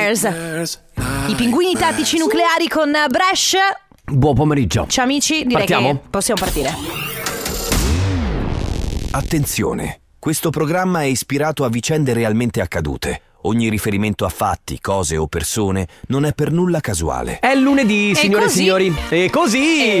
Nightmares. I pinguini tattici nucleari con Bresh. Buon pomeriggio. Ciao amici, direi Partiamo? che possiamo partire. Attenzione, questo programma è ispirato a vicende realmente accadute. Ogni riferimento a fatti, cose o persone non è per nulla casuale. È lunedì, signore e signori. E così.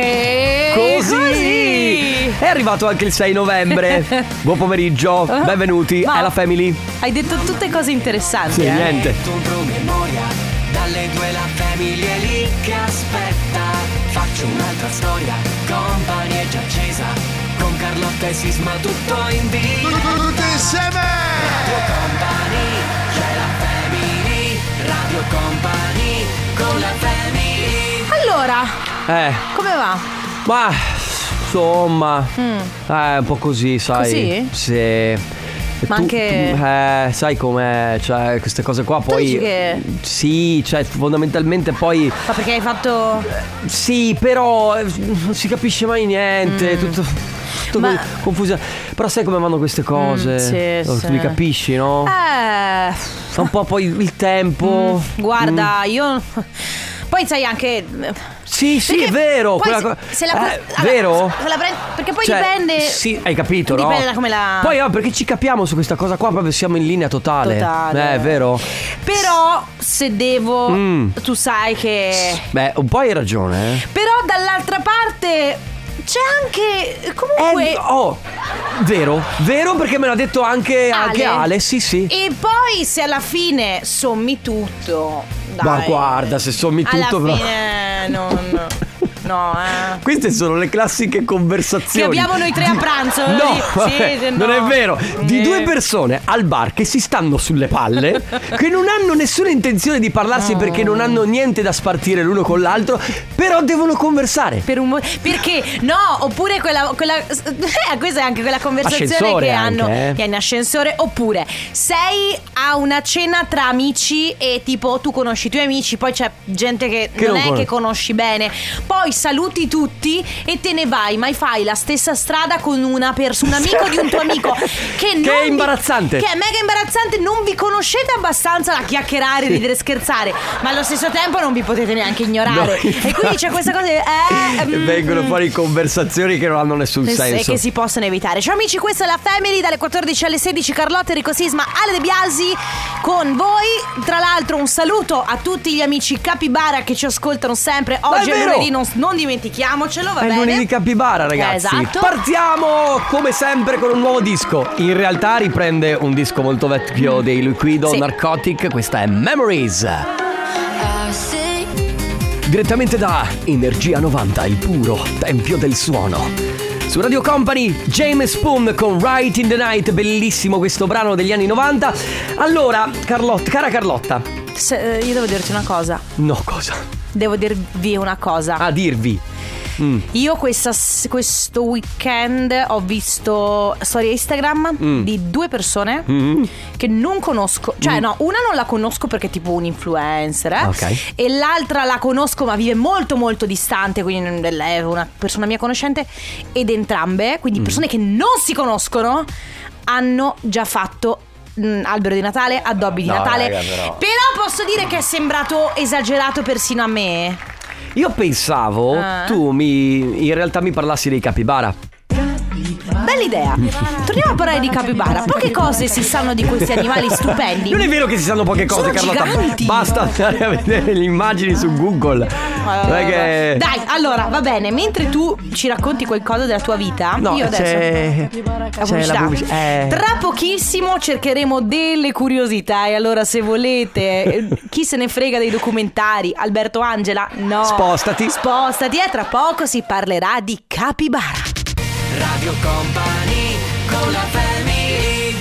È arrivato anche il 6 novembre. Buon pomeriggio, benvenuti alla Family. Hai detto tutte cose interessanti. Sì, niente. Un promemoria, dalle 2 la Family è lì che aspetta. Faccio un'altra storia, Company è già accesa. Con Carlotta e Sisma tutto in vita. Tutti insieme! Radio Company, c'è la Family. Radio Company, con la Family. Allora, come va? Ma insomma, un po' così, sai. Così? Sì. Ma anche... sai com'è, cioè queste cose qua poi... dici che... Sì, cioè fondamentalmente poi... Ma perché hai fatto... Sì, però non si capisce mai niente, tutto confuso. Però sai come vanno queste cose? Sì. Mi capisci, no? Fa un po' poi il tempo. Guarda, io... Poi sai anche... Sì, è vero. Vero? Perché poi cioè, dipende... Sì, hai capito, dipende no? da come la... Poi perché ci capiamo su questa cosa qua, proprio siamo in linea totale. È vero. Però se devo... Tu sai che... Beh, un po' hai ragione, Però dall'altra parte... C'è anche... Comunque... Vero, perché me l'ha detto anche Ale, sì. E poi se alla fine sommi tutto... Dai, ma guarda, se sommi tutto... Alla fine no. Queste sono le classiche conversazioni che abbiamo noi tre a pranzo. Non è vero. Di due persone al bar che si stanno sulle palle, che non hanno nessuna intenzione di parlarsi perché non hanno niente da spartire l'uno con l'altro, però devono conversare. Perché no, oppure quella questa è anche quella conversazione ascensore che hanno anche, che è in ascensore. Oppure sei a una cena tra amici e tipo tu conosci i tuoi amici, poi c'è gente che non è che conosci bene, poi saluti tutti e te ne vai, ma fai la stessa strada con una persona, un amico di un tuo amico che è imbarazzante, che è mega imbarazzante. Non vi conoscete abbastanza da chiacchierare, ridere, scherzare, ma allo stesso tempo non vi potete neanche ignorare, e quindi c'è questa cosa vengono fuori conversazioni che non hanno nessun senso e che si possono evitare. Ciao amici, questa è la Family dalle 14 alle 16. Carlotta, Enrico Sisma, Ale De Biasi con voi. Tra l'altro un saluto a tutti gli amici Capibara che ci ascoltano sempre. Oggi è lunedì, non dimentichiamocelo, va bene? È lunedì Capibara, ragazzi. Esatto. Partiamo come sempre con un nuovo disco. In realtà riprende un disco molto vecchio dei Liquido Narcotic. Questa è Memories. Direttamente da Energia 90, il puro tempio del suono. Su Radio Company, James Spoon con Right in the Night. Bellissimo questo brano degli anni 90. Allora, cara Carlotta, io devo dirti una cosa. No, cosa? Devo dirvi una cosa. Dirvi. Io questo weekend ho visto storie Instagram di due persone che non conosco. Cioè no, una non la conosco perché è tipo un influencer, ok. E l'altra la conosco ma vive molto molto distante, quindi è una persona mia conoscente. Ed entrambe, quindi persone che non si conoscono, hanno già fatto albero di Natale, addobbi di Natale, raga, però posso dire che è sembrato esagerato persino a me. Io pensavo tu in realtà mi parlassi dei capibara. Bella idea. Torniamo a parlare di capibara. Poche cose si sanno di questi animali stupendi. Non è vero che si sanno poche cose, sono Carlotta. giganti. Basta andare a vedere le immagini su Google. Dai, allora va bene. Mentre tu ci racconti qualcosa della tua vita, io adesso c'è la pubblicità. Tra pochissimo cercheremo delle curiosità. E allora se volete, chi se ne frega dei documentari, Alberto Angela, no, Spostati. Tra poco si parlerà di capibara. Radio Company con la Family.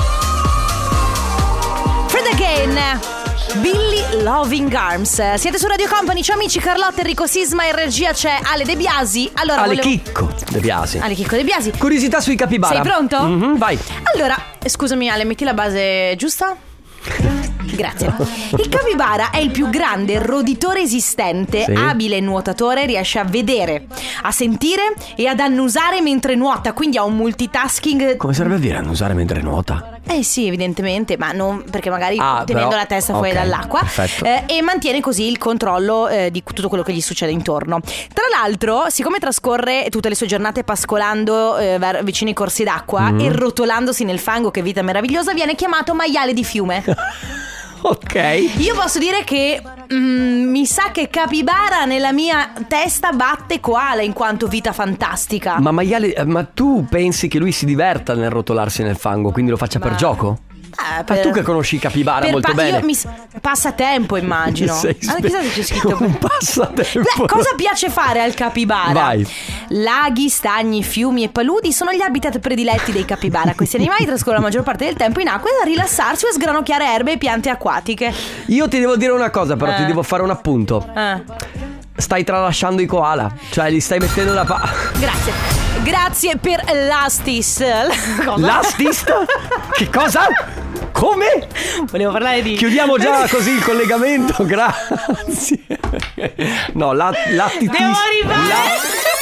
Fred again, Billy Loving Arms. Siete su Radio Company, ciao amici, Carlotta, Enrico Sisma, in regia c'è Ale De Biasi. Allora, Chicco De Biasi. Ale Chicco De Biasi. Curiosità sui capibara. Sei pronto? Vai. Allora, scusami Ale, metti la base giusta? Grazie. Il capibara è il più grande roditore esistente, abile nuotatore, riesce a vedere, a sentire e ad annusare mentre nuota, quindi ha un multitasking. Come serve a dire annusare mentre nuota? Sì, evidentemente, ma non perché magari tenendo però, la testa fuori dall'acqua. E mantiene così il controllo di tutto quello che gli succede intorno. Tra l'altro, siccome trascorre tutte le sue giornate pascolando vicino ai corsi d'acqua e rotolandosi nel fango, che vita meravigliosa, viene chiamato maiale di fiume. Ok. Io posso dire che mi sa che capibara nella mia testa batte koala in quanto vita fantastica. Ma maiale, ma tu pensi che lui si diverta nel rotolarsi nel fango, quindi lo faccia per gioco? Ma tu che conosci i capibara molto bene. Passatempo, immagino. Chissà se c'è scritto un passatempo. Cosa piace fare al capibara? Vai. Laghi, stagni, fiumi e paludi sono gli habitat prediletti dei capibara. Questi animali trascorrono la maggior parte del tempo in acqua a rilassarsi o a sgranocchiare erbe e piante acquatiche. Io ti devo dire una cosa, però ti devo fare un appunto. Stai tralasciando i koala, cioè li stai mettendo da Grazie per l'Astis. L'Astis? Che cosa? Come? Volevo parlare di... Chiudiamo già così il collegamento, grazie. No, l'Attitis. Devo arrivare.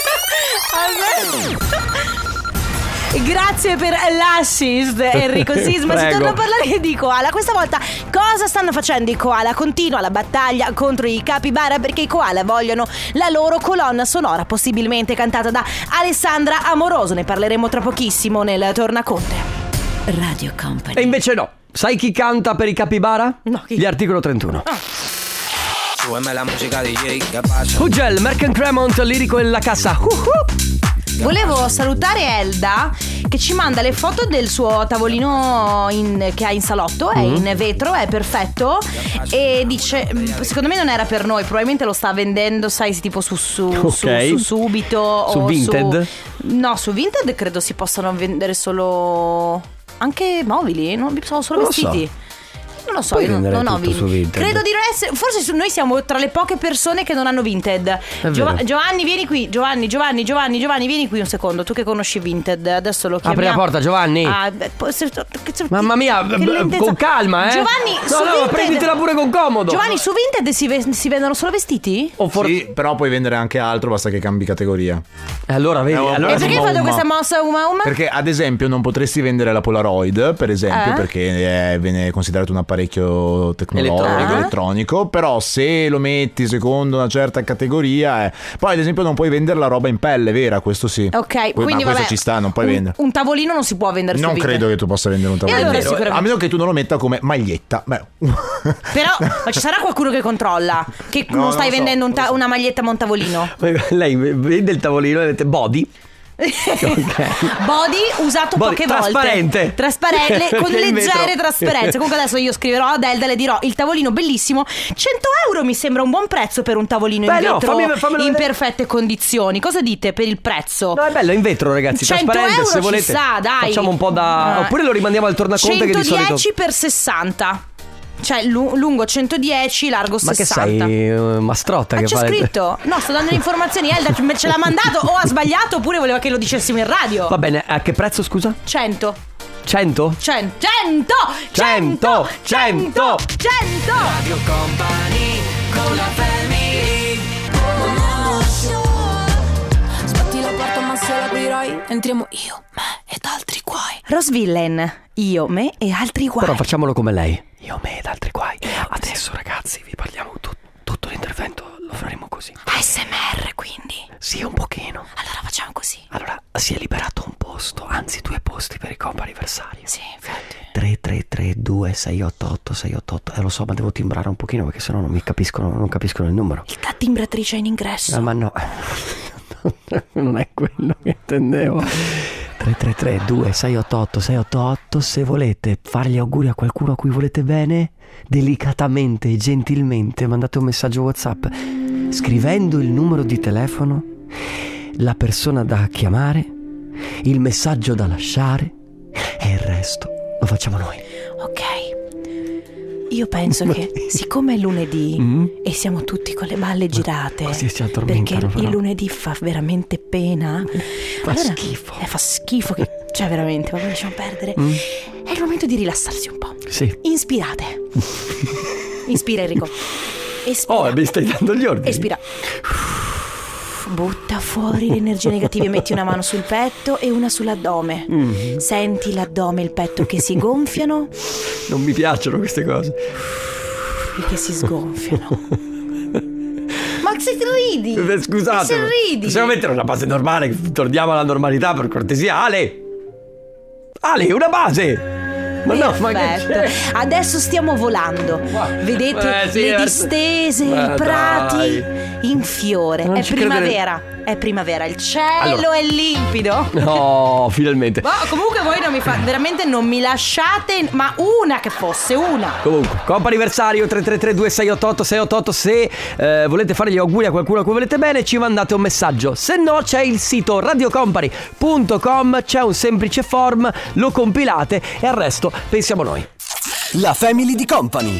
Grazie per l'assist, Enrico Sisma. Si torna a parlare di koala. Questa volta cosa stanno facendo i koala? Continua la battaglia contro i capibara perché i koala vogliono la loro colonna sonora, possibilmente cantata da Alessandra Amoroso. Ne parleremo tra pochissimo nel Tornaconte. Radio Company. E invece no. Sai chi canta per i capibara? No, chi? Gli Articolo 31. La musica DJ, che passa? Ugel, Merck and Cremont, lirico e la cassa. Volevo salutare Elda che ci manda le foto del suo tavolino che ha in salotto. È in vetro, è perfetto. E dice, secondo me non era per noi, probabilmente lo sta vendendo, sai, tipo su Subito. Su o Vinted? No, su Vinted credo si possano vendere solo anche mobili, non sono solo vestiti. Non lo so, io non ho Vinted. Credo di non essere. Forse noi siamo tra le poche persone che non hanno Vinted. Giovanni, vieni qui. Giovanni, vieni qui un secondo. Tu che conosci Vinted, adesso lo chiamiamo. Apri la porta, Giovanni. Mamma mia, con calma, Giovanni, no, prenditela pure con comodo. Giovanni, su Vinted si vendono solo vestiti? Sì, però puoi vendere anche altro, basta che cambi categoria. Allora vedi. E perché hai fatto questa mossa uma? Perché ad esempio non potresti vendere la Polaroid, per esempio, perché viene considerato un apparecchio tecnologico, elettronico. Però se lo metti secondo una certa categoria poi ad esempio non puoi vendere la roba in pelle vera, questo sì. Ok, quindi questo ci sta, non puoi vendere. Un tavolino non si può vendere su Vinted. Non credo che tu possa vendere un tavolino, allora, a meno che tu non lo metta come maglietta. Però ci sarà qualcuno che controlla che non stai vendendo una maglietta ma un tavolino. Lei vende il tavolino e mette body. Okay. Body usato poche volte, trasparente con leggere trasparenze. Comunque adesso io scriverò ad Elda, le dirò il tavolino bellissimo, 100 euro mi sembra un buon prezzo per un tavolino in vetro in perfette condizioni. Cosa dite per il prezzo? No, è bello in vetro, ragazzi, 100 trasparente. euro se volete ci sa, dai. Facciamo un po' oppure lo rimandiamo al Tornaconte 110 che di solito 110 per 60. Cioè lungo 110, largo 60. Ma che sei mastrotta? Che c'è scritto? No, sto dando le informazioni. Elda ce l'ha mandato o ha sbagliato oppure voleva che lo dicessimo in radio. Va bene, a che prezzo scusa? 100. 100? 100. Radio Company con la family. Sbatti la porta ma se l'aprirai entriamo io, me ed altri guai. Rosevillain, io, me e altri guai. Però facciamolo come lei. Io, me ed altri guai. Adesso ragazzi vi parliamo tutto l'intervento lo faremo così. ASMR quindi? Sì, un pochino. Allora facciamo così. Allora, si è liberato un posto, anzi 2 posti per il compo anniversario. Sì, infatti. 3332 688 688. Lo so, ma devo timbrare un pochino perché sennò non capiscono il numero. La timbratrice è in ingresso. Ma no. Non è quello che intendevo. 3332 688 688. Se volete fare gli auguri a qualcuno a cui volete bene, delicatamente e gentilmente mandate un messaggio WhatsApp scrivendo il numero di telefono, la persona da chiamare, il messaggio da lasciare e il resto lo facciamo noi. Ok. Io penso che siccome è lunedì e siamo tutti con le balle girate, così si addormentano, perché però. il lunedì fa veramente pena. Fa schifo. Fa schifo che cioè veramente, ma lasciamo perdere. È il momento di rilassarsi un po'. Sì. Inspirate. Inspira Enrico. Espira. Oh, mi stai dando gli ordini. Espira. Butta fuori le energie negative, metti una mano sul petto e una sull'addome. Senti l'addome e il petto che si gonfiano. Non mi piacciono queste cose. E che si sgonfiano. Ma se ridi? Scusate, se ridi? possiamo mettere una base normale, torniamo alla normalità per cortesia. Ale, una base. Ma no, ma che c'è? Adesso stiamo volando. Vedete le distese, i prati in fiore. È primavera. È primavera, il cielo è limpido. No, finalmente. Ma comunque voi veramente non mi lasciate, ma una che fosse una. Comunque, comp'anniversario 333-2688-688. Se volete fare gli auguri a qualcuno a cui volete bene, ci mandate un messaggio. Se no, c'è il sito radiocompany.com, c'è un semplice form, lo compilate e al resto pensiamo noi. La Family di Company.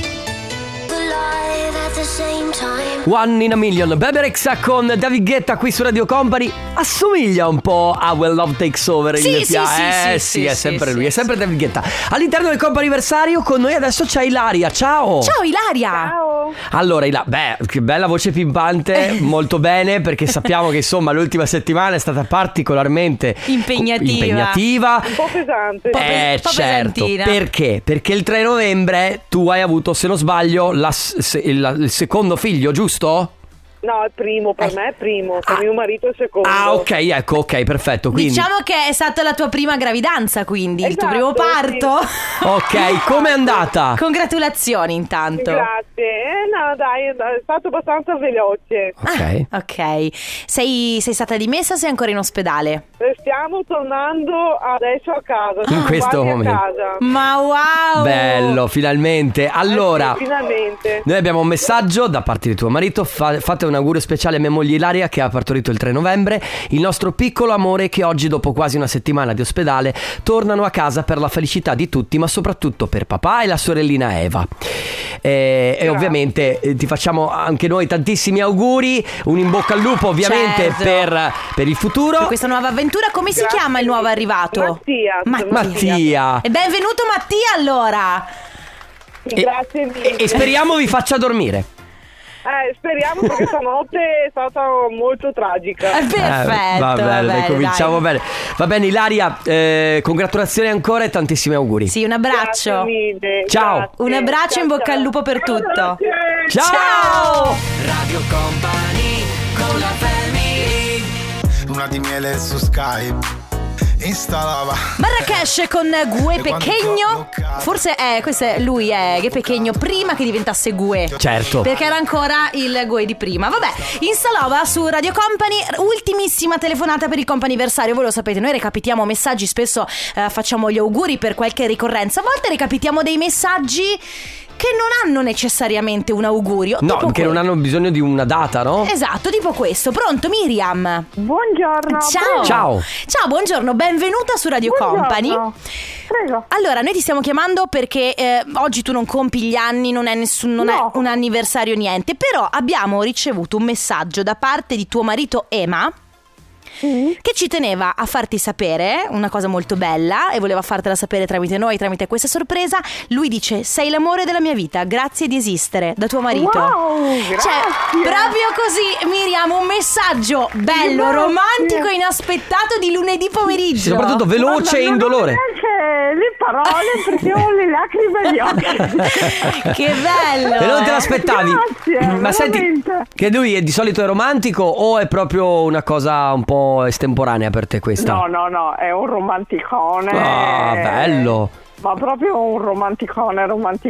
One in a Million, Bebe Rexha con David Guetta qui su Radio Company. Assomiglia un po' a When Love Takes Over. Sì, è sempre lui, è sempre David Guetta. All'interno del comp'anniversario con noi adesso c'è Ilaria. Ciao. Ciao Ilaria. Ciao. Allora che bella voce pimpante. Molto bene, perché sappiamo che insomma l'ultima settimana è stata particolarmente impegnativa. Un po' pesante. Certo. Perché? Perché il 3 novembre tu hai avuto, se non sbaglio, il secondo figlio, giusto? No, il primo, per me è primo, per mio marito è il secondo. Ok, perfetto. Quindi diciamo che è stata la tua prima gravidanza, quindi il tuo primo parto. Sì. Ok, com'è andata? Congratulazioni intanto. Grazie. No, dai, è stato abbastanza veloce. Ok. Sei stata dimessa o sei ancora in ospedale? Stiamo tornando adesso a casa. In questo momento. A casa. Ma wow! Bello, finalmente. Allora, sì, finalmente. Noi abbiamo un messaggio da parte di tuo marito. Fate un augurio speciale a mia moglie Ilaria, che ha partorito il 3 novembre. Il nostro piccolo amore, che oggi, dopo quasi una settimana di ospedale, tornano a casa per la felicità di tutti, ma soprattutto per papà e la sorellina Eva. E ovviamente ti facciamo anche noi tantissimi auguri. Un in bocca al lupo ovviamente, certo, per il futuro, per questa nuova avventura. Come si chiama il nuovo arrivato? Mattia. E benvenuto Mattia, allora. Grazie mille. E speriamo vi faccia dormire. Speriamo, perché stanotte è stata molto tragica. Perfetto. Va bene, cominciamo bene. Va bene Ilaria, congratulazioni ancora e tantissimi auguri. Sì, un abbraccio. Grazie mille. Ciao. Grazie. Un abbraccio, Ciao, in bocca al lupo per tutto. Ciao. Radio Company con la family. Luna di miele su Skype. Instalava Marrakesh con Gue Pequeño. Forse questo è lui, Gue Pequeño, prima che diventasse Gue. Certo. Perché era ancora il Gue di prima. Vabbè, installava su Radio Company. Ultimissima telefonata per il comp'anniversario. Voi lo sapete, noi recapitiamo messaggi. Spesso facciamo gli auguri per qualche ricorrenza. A volte recapitiamo dei messaggi che non hanno necessariamente un augurio. No, che non hanno bisogno di una data, no? Esatto, tipo questo. Pronto Miriam? Buongiorno. Ciao, buongiorno, benvenuta su Radio Company. Prego. Allora, noi ti stiamo chiamando perché oggi tu non compi gli anni, non è un anniversario, niente. Però abbiamo ricevuto un messaggio da parte di tuo marito Ema, che ci teneva a farti sapere una cosa molto bella e voleva fartela sapere tramite noi, tramite questa sorpresa. Lui dice: sei l'amore della mia vita, grazie di esistere, da tuo marito. Wow, grazie. Cioè, proprio così, Miriam, un messaggio bello, romantico e inaspettato di lunedì pomeriggio. Sì, soprattutto veloce e indolore. Le parole, perché ho le lacrime agli occhi. Che bello. E non te l'aspettavi? Grazie, ma senti, che lui di solito è romantico o è proprio una cosa un po' estemporanea per te questa? No, è un romanticone. Ah, bello. Ma proprio un romanticone.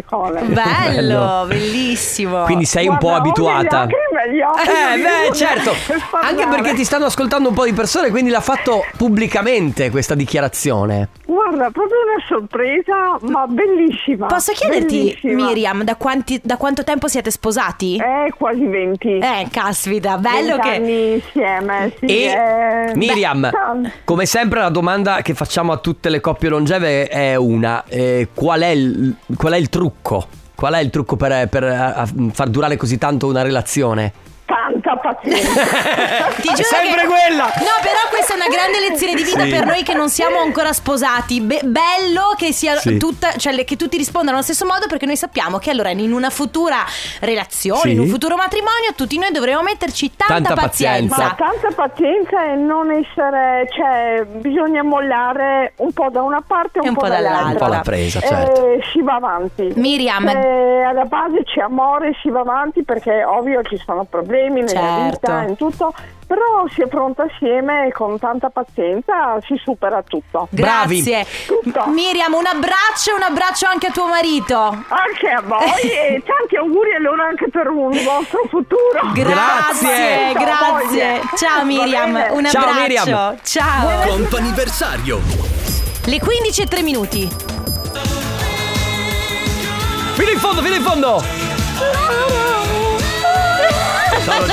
Bello, bellissimo. Quindi sei un po' abituata. Beh, certo. Anche perché ti stanno ascoltando un po' di persone, quindi l'ha fatto pubblicamente questa dichiarazione. Guarda, proprio una sorpresa, ma bellissima. Posso chiederti, bellissima. Miriam, da quanto tempo siete sposati? Quasi 20. Caspita, bello 20 che anni insieme, sì. E Miriam, come sempre la domanda che facciamo a tutte le coppie longeve è una: qual è il trucco? Qual è il trucco per far durare così tanto una relazione? tanta pazienza. Ti giuro sempre che... quella. No, però questa è una grande lezione di vita per noi che non siamo ancora sposati. Bello che sia tutta, cioè che tutti rispondano allo stesso modo, perché noi sappiamo che allora in una futura relazione, in un futuro matrimonio, tutti noi dovremo metterci tanta pazienza. Ma tanta pazienza e non essere, cioè bisogna mollare un po' da una parte e un po' dall'altra. Un po' la presa, certo. Si va avanti. Miriam, alla base c'è amore, si va avanti, perché ovvio ci sono problemi nella vita, in tutto. Però si affronta assieme e con tanta pazienza si supera tutto. Grazie. Tutto. Miriam, un abbraccio anche a tuo marito. Anche a voi e tanti auguri allora anche per un vostro futuro. Grazie. Ciao Miriam, un abbraccio. Ciao Miriam. Ciao. Comp'anniversario. Le 15:03. Fino in fondo. Non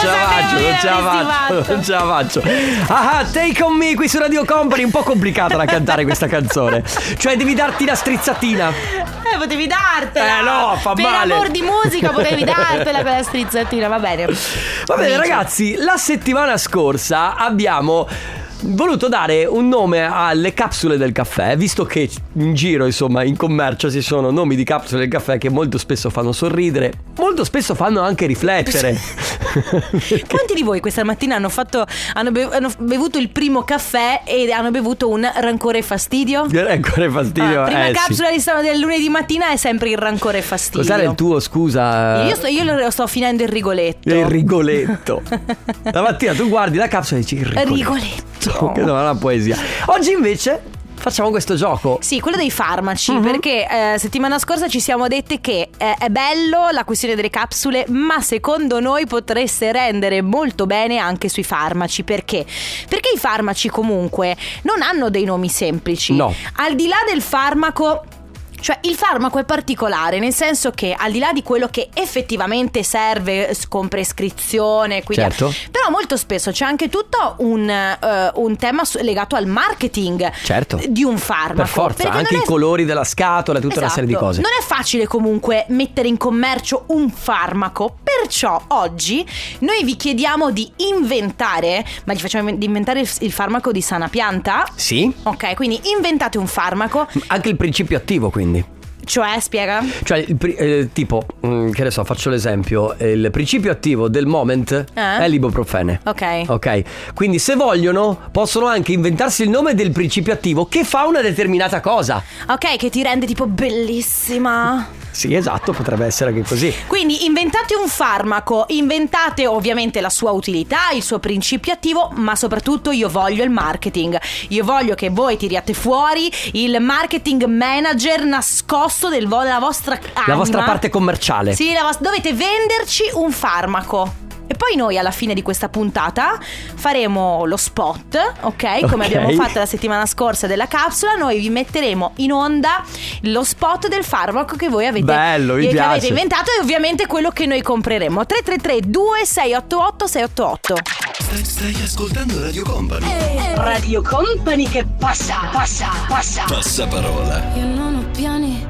ce la faccio. Take On Me qui su Radio Company. Un po' complicata da cantare questa canzone. Cioè devi darti la strizzatina. Potevi dartela. No, fa per male. Per amor di musica potevi dartela con la strizzatina. Va bene ragazzi, la settimana scorsa abbiamo voluto dare un nome alle capsule del caffè, visto che in giro, insomma, in commercio ci sono nomi di capsule del caffè che molto spesso fanno sorridere, molto spesso fanno anche riflettere. Quanti di voi questa mattina hanno bevuto il primo caffè e hanno bevuto un rancore e fastidio? Rancore e fastidio. Prima capsula del lunedì mattina è sempre il rancore e fastidio. Cos'era il tuo, scusa? Io sto finendo il rigoletto. Il rigoletto. La mattina tu guardi la capsula e dici rigoletto. Che non è una poesia. Oggi invece facciamo questo gioco. Sì, quello dei farmaci, perché settimana scorsa ci siamo dette che è bello la questione delle capsule, ma secondo noi potreste rendere molto bene anche sui farmaci. Perché? Perché i farmaci comunque non hanno dei nomi semplici. No. Al di là del farmaco, cioè il farmaco è particolare, nel senso che al di là di quello che effettivamente serve con prescrizione, quindi però molto spesso c'è anche tutto un tema legato al marketing di un farmaco. Per forza, anche i colori della scatola, tutta una serie di cose. Non è facile comunque mettere in commercio un farmaco, perciò oggi noi vi chiediamo di inventare, ma vi facciamo inventare il farmaco di sana pianta? Sì. Ok, quindi inventate un farmaco. Anche il principio attivo, quindi. Cioè, spiega? Cioè, tipo, che ne so, faccio l'esempio. Il principio attivo del Moment è l'ibuprofene. Ok. Quindi se vogliono possono anche inventarsi il nome del principio attivo che fa una determinata cosa. Ok, che ti rende tipo bellissima. Sì, esatto, potrebbe essere anche così. Quindi inventate un farmaco, inventate ovviamente la sua utilità, il suo principio attivo, ma soprattutto io voglio il marketing. Io voglio che voi tiriate fuori il marketing manager nascosto della vostra anima. La vostra parte commerciale. Sì, dovete venderci un farmaco. E poi noi alla fine di questa puntata faremo lo spot, ok? Come abbiamo fatto la settimana scorsa della capsula. Noi vi metteremo in onda lo spot del farmaco che voi avete, che avete inventato, e ovviamente quello che noi compreremo. 333-2688-688. Stai ascoltando Radio Company. Radio Company che passa. Passa parola. Io non ho piani.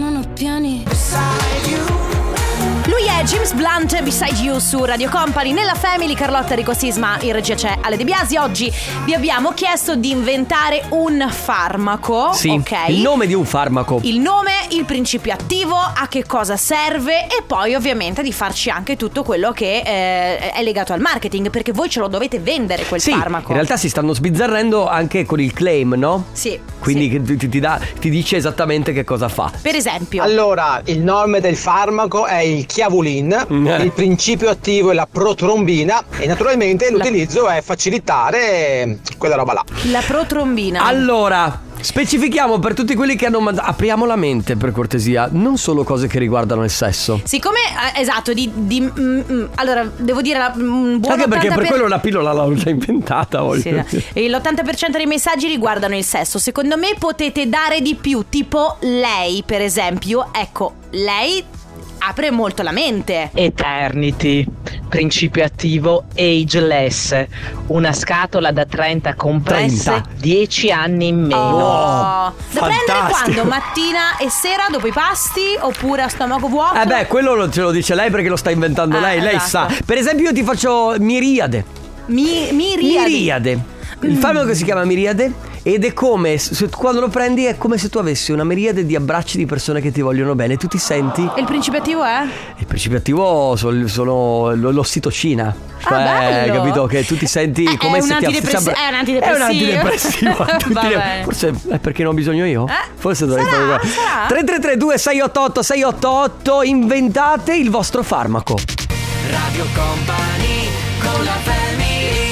Lui è James Blunt, Beside You su Radio Company. Nella Family, Carlotta, Enrico Sisma, in regia c'è Ale De Biasi. Oggi vi abbiamo chiesto di inventare un farmaco. Sì, ok. Il nome di un farmaco. Il nome, il principio attivo, a che cosa serve, e poi ovviamente di farci anche tutto quello che è legato al marketing, perché voi ce lo dovete vendere quel farmaco. In realtà si stanno sbizzarrendo anche con il claim, no? Sì. Quindi ti dice esattamente che cosa fa. Per esempio, allora, il nome del farmaco è il Chiavulin, il principio attivo è la protrombina e naturalmente l'utilizzo è facilitare quella roba là. La protrombina. Allora, specifichiamo per tutti quelli che hanno mandato. Apriamo la mente, per cortesia. Non solo cose che riguardano il sesso. Siccome, esatto, allora, devo dire un buon anche perché 80%... per quello la pillola l'ho già inventata. L'80% dei messaggi riguardano il sesso. Secondo me potete dare di più. Tipo lei, per esempio. Ecco, lei apre molto la mente. Eternity, principio attivo ageless, una scatola da 30 compresse, 10 anni in meno. Da prendere quando? Mattina e sera dopo i pasti oppure a stomaco vuoto? Quello ce lo dice lei perché lo sta inventando lei sa. Per esempio io ti faccio miriade. Miriade. Il farmaco si chiama miriade ed è come quando lo prendi è come se tu avessi una miriade di abbracci di persone che ti vogliono bene. Tu ti senti. E il principio attivo è? Il principio attivo sono l'ossitocina. Cioè, capito? Che tu ti senti come se ti è un antidepressivo. Forse è perché non ho bisogno io? Forse dovrei fare 3332 688 688. Inventate il vostro farmaco. Radio Company con la family.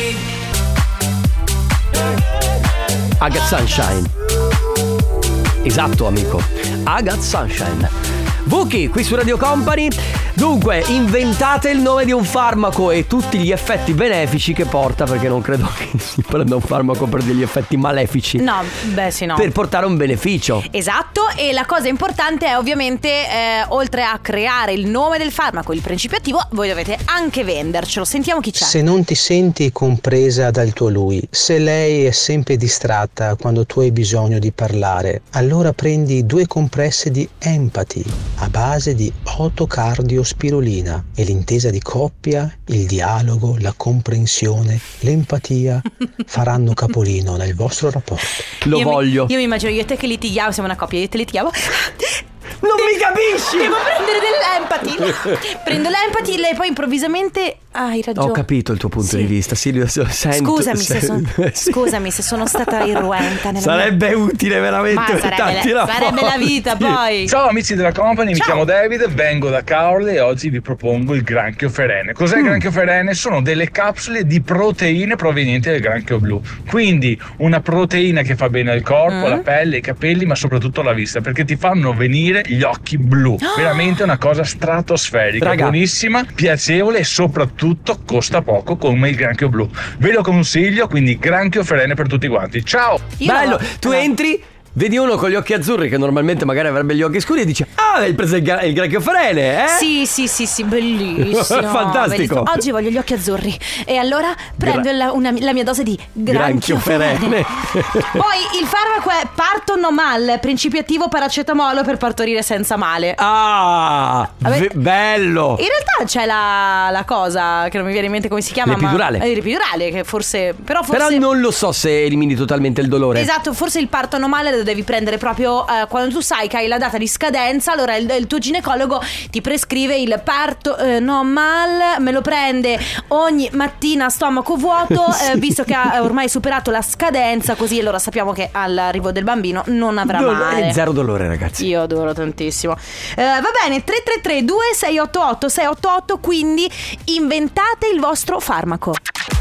I got sunshine. Esatto, amico. I got sunshine. Vuki, qui su Radio Company. Dunque, inventate il nome di un farmaco e tutti gli effetti benefici che porta, perché non credo che si prenda un farmaco per degli effetti malefici. No, no. Per portare un beneficio. Esatto, e la cosa importante è ovviamente, oltre a creare il nome del farmaco, il principio attivo, voi dovete anche vendercelo. Sentiamo chi c'è. Se non ti senti compresa dal tuo lui, se lei è sempre distratta quando tu hai bisogno di parlare, allora prendi 2 compresse di Empathy a base di otocardiospirulina e l'intesa di coppia, il dialogo, la comprensione, l'empatia faranno capolino nel vostro rapporto. Voglio. Io mi immagino io e te che litighiamo, siamo una coppia, io e te litighiamo. Non mi capisci? Devo prendere dell'empathy. Prendo l'empathy, lei poi improvvisamente. Hai ragione. Ho capito il tuo punto di vista. Silvio, Scusami se sono stata irruenta nella sarebbe utile veramente. Sarebbe la vita poi. Ciao amici della Company, mi chiamo David, vengo da Caorle e oggi vi propongo il granchio ferene. Cos'è il granchio ferene? Sono delle capsule di proteine provenienti dal granchio blu. Quindi una proteina che fa bene al corpo, la pelle, i capelli, ma soprattutto la vista, perché ti fanno venire gli occhi blu. Veramente una cosa stratosferica. Buonissima, piacevole e soprattutto costa poco, come il granchio blu. Ve lo consiglio, quindi granchio ferene per tutti quanti. Ciao! Bello, tu entri, vedi uno con gli occhi azzurri che normalmente magari avrebbe gli occhi scuri e dici: ah, hai preso il granchio ferene, eh? Sì, bellissimo. Fantastico. Bellissimo. Oggi voglio gli occhi azzurri e allora prendo la mia dose di granchio ferene. Poi il farmaco è Partonomal, principio attivo paracetamolo per partorire senza male. Bello. In realtà c'è la cosa che non mi viene in mente come si chiama, l'epidurale. L'epidurale che forse però non lo so se elimini totalmente il dolore. Esatto, forse il Partonomal lo devi prendere proprio quando tu sai che hai la data di scadenza. Allora il tuo ginecologo ti prescrive il Partonomal, me lo prende ogni mattina a stomaco vuoto, visto che ha ormai superato la scadenza, così allora sappiamo che all'arrivo del bambino non avrà male. È zero dolore, ragazzi. Io adoro tantissimo. Va bene, 333 2688 688, quindi inventate il vostro farmaco.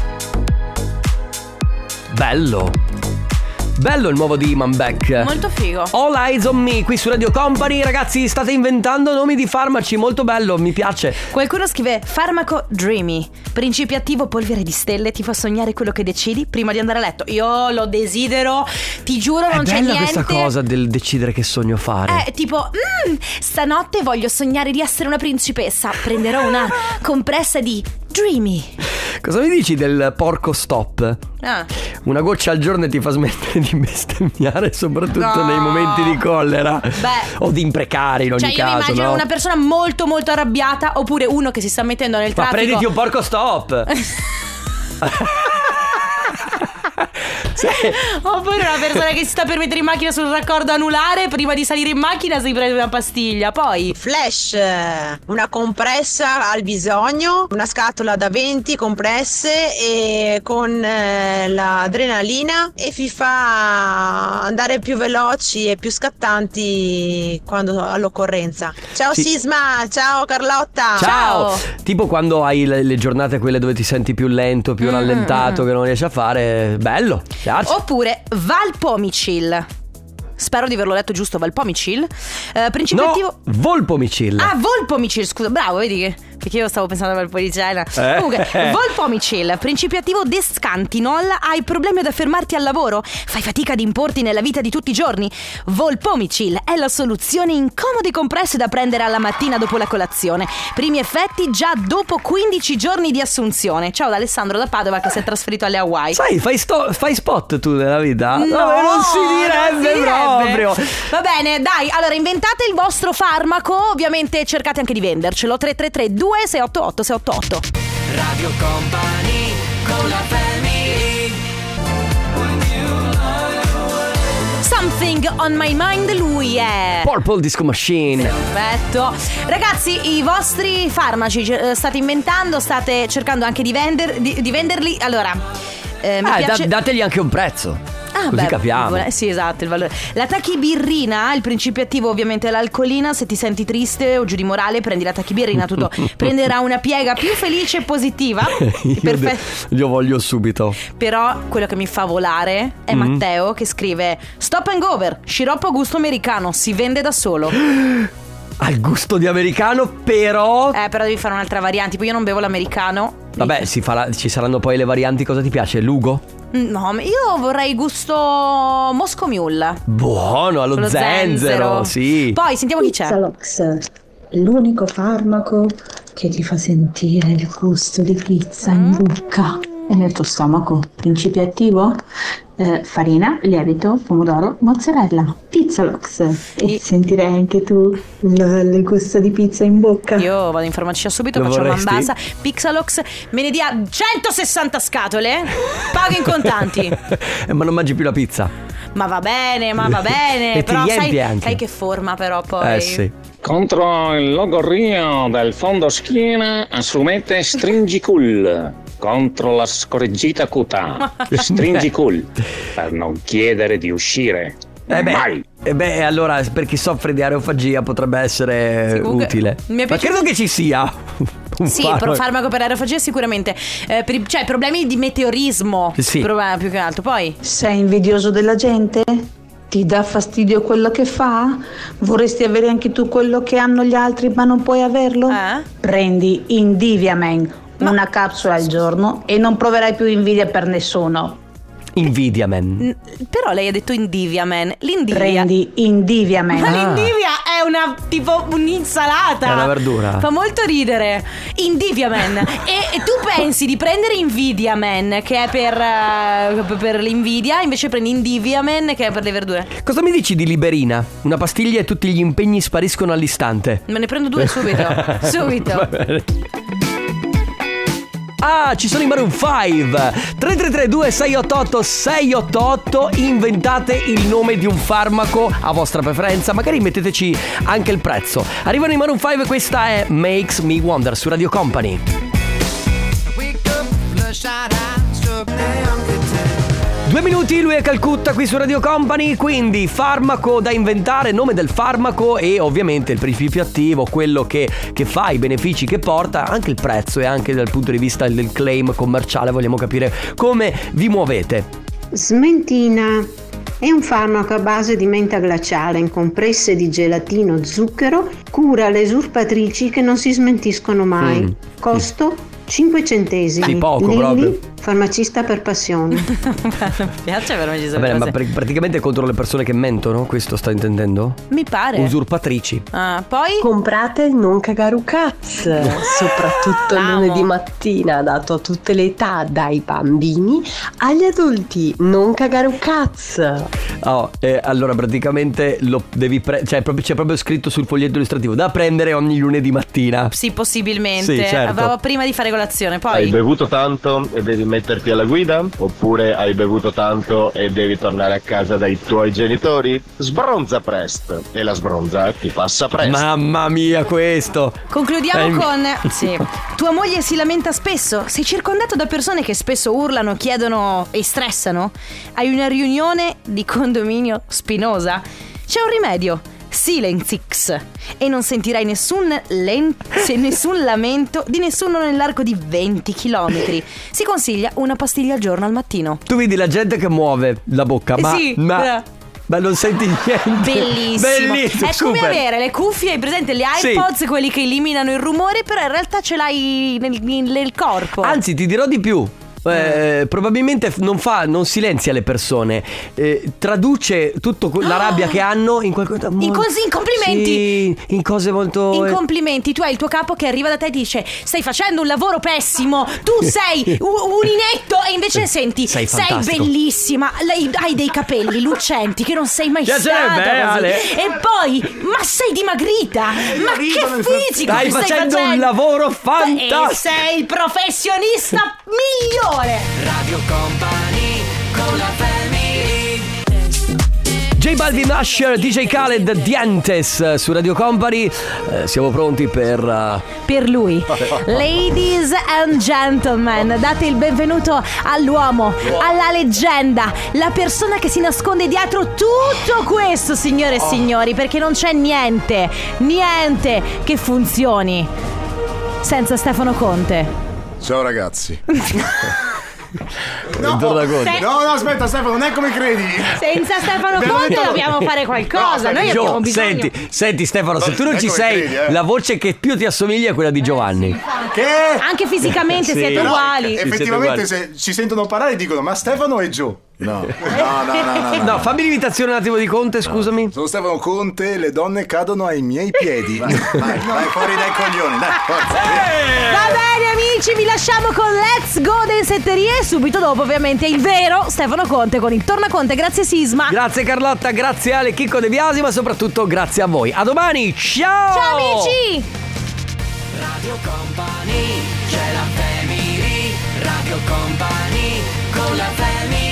Bello il nuovo di Iman Beck. Molto figo. All Eyes on Me, qui su Radio Company. Ragazzi, state inventando nomi di farmaci. Molto bello, mi piace. Qualcuno scrive farmaco Dreamy, principio attivo polvere di stelle, ti fa sognare quello che decidi prima di andare a letto. Io lo desidero, ti giuro, non c'è niente. È bella questa cosa del decidere che sogno fare. Tipo, stanotte voglio sognare di essere una principessa. Prenderò una compressa di Dreamy. Cosa mi dici del porco stop? Una goccia al giorno e ti fa smettere di bestemmiare, soprattutto nei momenti di collera. O di imprecare in ogni caso. Io mi immagino una persona molto molto arrabbiata, oppure uno che si sta mettendo nel traffico. Ma prenditi un porco stop. Oppure una persona che si sta per mettere in macchina sul raccordo anulare, prima di salire in macchina si prende una pastiglia. Poi Flash, una compressa al bisogno, una scatola da 20 compresse e con l'adrenalina, e vi fa andare più veloci e più scattanti quando all'occorrenza. Ciao Sisma, ciao Carlotta. Ciao. Tipo quando hai le giornate quelle dove ti senti più lento, più rallentato, che non riesci a fare. Bello. Oppure Valpomicil. Spero di averlo letto giusto, Valpomicil. Principio attivo. Volpomicil. Volpomicil, scusa, bravo, vedi che Perché io stavo pensando al Valpolicella. Comunque, Volpomicil, principio attivo Descantinol. Hai problemi ad affermarti al lavoro? Fai fatica ad importi nella vita di tutti i giorni? Volpomicil è la soluzione in comode compresse da prendere alla mattina dopo la colazione. Primi effetti già dopo 15 giorni di assunzione. Ciao da Alessandro da Padova che si è trasferito alle Hawaii. Sai, fai spot tu nella vita? No, non si direbbe proprio. Va bene, dai, allora inventate il vostro farmaco. Ovviamente cercate anche di vendercelo. 333 2688 688. Radio Company con la family. Something on my mind, lui è Purple Disco Machine. Perfetto. Ragazzi, i vostri farmaci state inventando, state cercando anche di venderli. Allora, mi piace... dategli anche un prezzo. Così capiamo. Sì, esatto, il valore. La tachibirrina, il principio attivo ovviamente è l'alcolina. Se ti senti triste o giù di morale, prendi la tachibirrina, tutto prenderà una piega più felice e positiva. Io voglio subito. Però quello che mi fa volare è Matteo che scrive: Stop and Over, sciroppo a gusto americano, si vende da solo. Al gusto di americano, però devi fare un'altra variante. Tipo io non bevo l'americano. Vabbè, ci saranno poi le varianti. Cosa ti piace? Lugo? No, io vorrei gusto Moscow Mule. Buono, allo zenzero. Sì. Poi sentiamo chi c'è. Pizzalox, l'unico farmaco che ti fa sentire il gusto di pizza in bocca e nel tuo stomaco. Principio attivo? Farina, lievito, pomodoro, mozzarella. Pizzalox. E sentirei anche tu il gusto di pizza in bocca. Io vado in farmacia subito, faccio una bassa. Pizzalox, me ne dia 160 scatole. Pago in contanti. Ma non mangi più la pizza. Ma va bene. E però sai che forma però poi. Sì. Contro il logorrio del fondo schiena assumete Stringicool. Contro la scorreggita cutanea Stringicool, per non chiedere di uscire mai. Allora per chi soffre di aerofagia potrebbe essere utile. Ma credo che ci sia farmaco per aerofagia sicuramente. Cioè problemi di meteorismo. Sì. Più che altro. Poi sei invidioso della gente? Ti dà fastidio quello che fa? Vorresti avere anche tu quello che hanno gli altri ma non puoi averlo? Prendi Indiviamen, una capsula al giorno e non proverai più invidia per nessuno. Indiviamen. Però lei ha detto Indiviamen. L'Indivia. Prendi Indiviamen. Ma l'Indivia è una tipo un'insalata. È una verdura. Fa molto ridere. Indiviamen. e tu pensi di prendere Invidiamen, che è per l'invidia, invece prendi Indiviamen, che è per le verdure. Cosa mi dici di Liberina? Una pastiglia e tutti gli impegni spariscono all'istante. Me ne prendo 2 subito. Va bene. Ci sono i Maroon 5. 3332 688 688. Inventate il nome di un farmaco a vostra preferenza. Magari metteteci anche il prezzo. Arrivano i Maroon 5 e questa è Makes Me Wonder su Radio Company. 2 minuti, lui è Calcutta qui su Radio Company. Quindi farmaco da inventare, nome del farmaco e ovviamente il principio attivo, quello che fa, i benefici che porta, anche il prezzo e anche dal punto di vista del claim commerciale. Vogliamo capire come vi muovete. Smentina è un farmaco a base di menta glaciale in compresse di gelatino zucchero. Cura le usurpatrici che non si smentiscono mai. Costo 5 centesimi. Sì, poco Lilli, proprio. Farmacista per passione. Mi piace farmacista per passione. Ma praticamente contro le persone che mentono, questo sta intendendo? Mi pare. Usurpatrici. Poi comprate il non cagare cazzo, soprattutto il lunedì mattina, dato a tutte le età, dai bambini agli adulti. Non cagare un cazzo. Allora praticamente lo devi c'è proprio scritto sul foglietto illustrativo da prendere ogni lunedì mattina. Sì, possibilmente. Sì, certo. Prima di fare colazione. Poi hai bevuto tanto e devi metterti alla guida? Oppure hai bevuto tanto e devi tornare a casa dai tuoi genitori? Sbronza presto e la sbronza ti passa presto. Mamma mia, questo. Concludiamo con tua moglie si lamenta spesso? Sei circondato da persone che spesso urlano, chiedono e stressano? Hai una riunione di condominio spinosa? C'è un rimedio: Silenzix, e non sentirai nessun lamento di nessuno nell'arco di 20 km. Si consiglia una pastiglia al giorno al mattino. Tu vedi la gente che muove la bocca, ma Ma non senti niente. Bellissimo. È super. come avere le cuffie, hai presente le AirPods, quelli che eliminano il rumore, però in realtà ce l'hai nel corpo. Anzi, ti dirò di più. Probabilmente non silenzia le persone, traduce tutta la rabbia che hanno in qualcosa in complimenti. Sì, in cose molto. In complimenti. Tu hai il tuo capo che arriva da te e dice: stai facendo un lavoro pessimo, tu sei un inetto. E invece senti, sei bellissima, hai dei capelli lucenti che non sei mai stata così. E poi, ma sei dimagrita, ma che fisico stai facendo un lavoro fantastico. E sei il professionista migliore. Radio Company con la family. J Balvin, Usher, DJ Khaled, Dientes su Radio Company. Siamo pronti per lui. Ladies and gentlemen, date il benvenuto all'uomo, alla leggenda, la persona che si nasconde dietro tutto questo, signore e signori, perché non c'è niente che funzioni senza Stefano Conte. Ciao ragazzi. No, aspetta Stefano, non è come credi. Senza Stefano Conte dobbiamo fare qualcosa. Noi abbiamo bisogno. Senti Stefano, se tu non ci sei, la voce che più ti assomiglia è quella di Giovanni. Che? Anche fisicamente siete uguali. Effettivamente se ci sentono parlare dicono: ma Stefano è Gio. No, fammi l'imitazione un attimo di Conte, scusami. Sono Stefano Conte, le donne cadono ai miei piedi. Vai fuori dai coglioni, dai, forza. Va bene amici, vi lasciamo con Let's Go Densetterie. Subito dopo ovviamente il vero Stefano Conte con il Tornaconte. Grazie Sisma. Grazie Carlotta, grazie Ale, Chicco De Biasi, ma soprattutto grazie a voi. A domani, ciao. Ciao amici. Radio Company, c'è la family. Radio Company con la family.